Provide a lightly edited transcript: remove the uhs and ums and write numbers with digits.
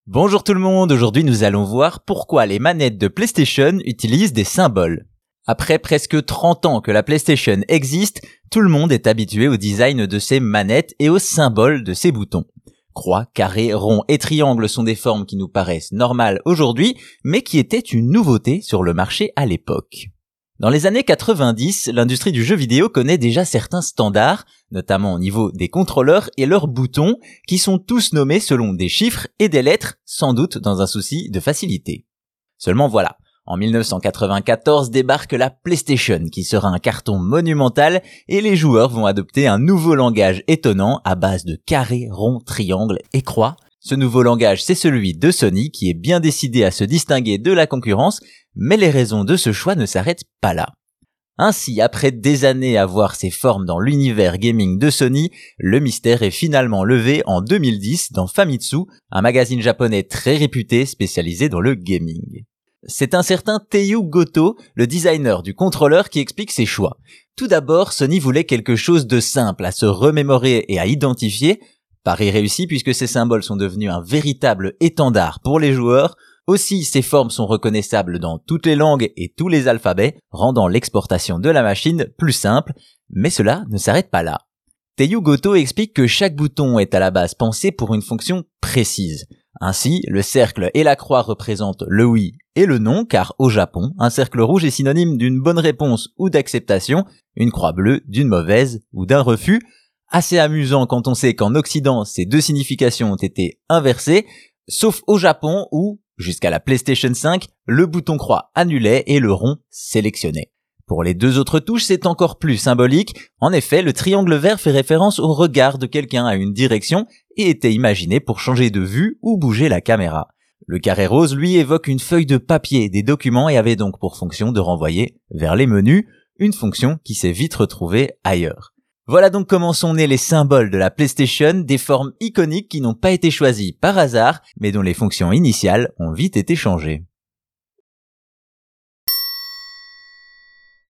Bonjour tout le monde, aujourd'hui nous allons voir pourquoi les manettes de PlayStation utilisent des symboles. Après presque 30 ans que la PlayStation existe, tout le monde est habitué au design de ses manettes et aux symboles de ses boutons. Croix, carré, rond et triangle sont des formes qui nous paraissent normales aujourd'hui, mais qui étaient une nouveauté sur le marché à l'époque. Dans les années 90, l'industrie du jeu vidéo connaît déjà certains standards, notamment au niveau des contrôleurs et leurs boutons, qui sont tous nommés selon des chiffres et des lettres, sans doute dans un souci de facilité. Seulement voilà, en 1994 débarque la PlayStation, qui sera un carton monumental, et les joueurs vont adopter un nouveau langage étonnant à base de carrés, ronds, triangles et croix. Ce nouveau langage, c'est celui de Sony, qui est bien décidé à se distinguer de la concurrence, mais les raisons de ce choix ne s'arrêtent pas là. Ainsi, après des années à voir ses formes dans l'univers gaming de Sony, le mystère est finalement levé en 2010 dans Famitsu, un magazine japonais très réputé spécialisé dans le gaming. C'est un certain Teiyu Goto, le designer du contrôleur, qui explique ses choix. Tout d'abord, Sony voulait quelque chose de simple à se remémorer et à identifier. Pari réussi puisque ces symboles sont devenus un véritable étendard pour les joueurs. Aussi, ces formes sont reconnaissables dans toutes les langues et tous les alphabets, rendant l'exportation de la machine plus simple, mais cela ne s'arrête pas là. Teiyu Goto explique que chaque bouton est à la base pensé pour une fonction précise. Ainsi, le cercle et la croix représentent le oui et le non, car au Japon, un cercle rouge est synonyme d'une bonne réponse ou d'acceptation, une croix bleue d'une mauvaise ou d'un refus. Assez amusant quand on sait qu'en Occident, ces deux significations ont été inversées, sauf au Japon où, jusqu'à la PlayStation 5, le bouton croix annulait et le rond sélectionnait. Pour les deux autres touches, c'est encore plus symbolique. En effet, le triangle vert fait référence au regard de quelqu'un à une direction et était imaginé pour changer de vue ou bouger la caméra. Le carré rose, lui, évoque une feuille de papier des documents et avait donc pour fonction de renvoyer vers les menus, une fonction qui s'est vite retrouvée ailleurs. Voilà donc comment sont nés les symboles de la PlayStation, des formes iconiques qui n'ont pas été choisies par hasard, mais dont les fonctions initiales ont vite été changées.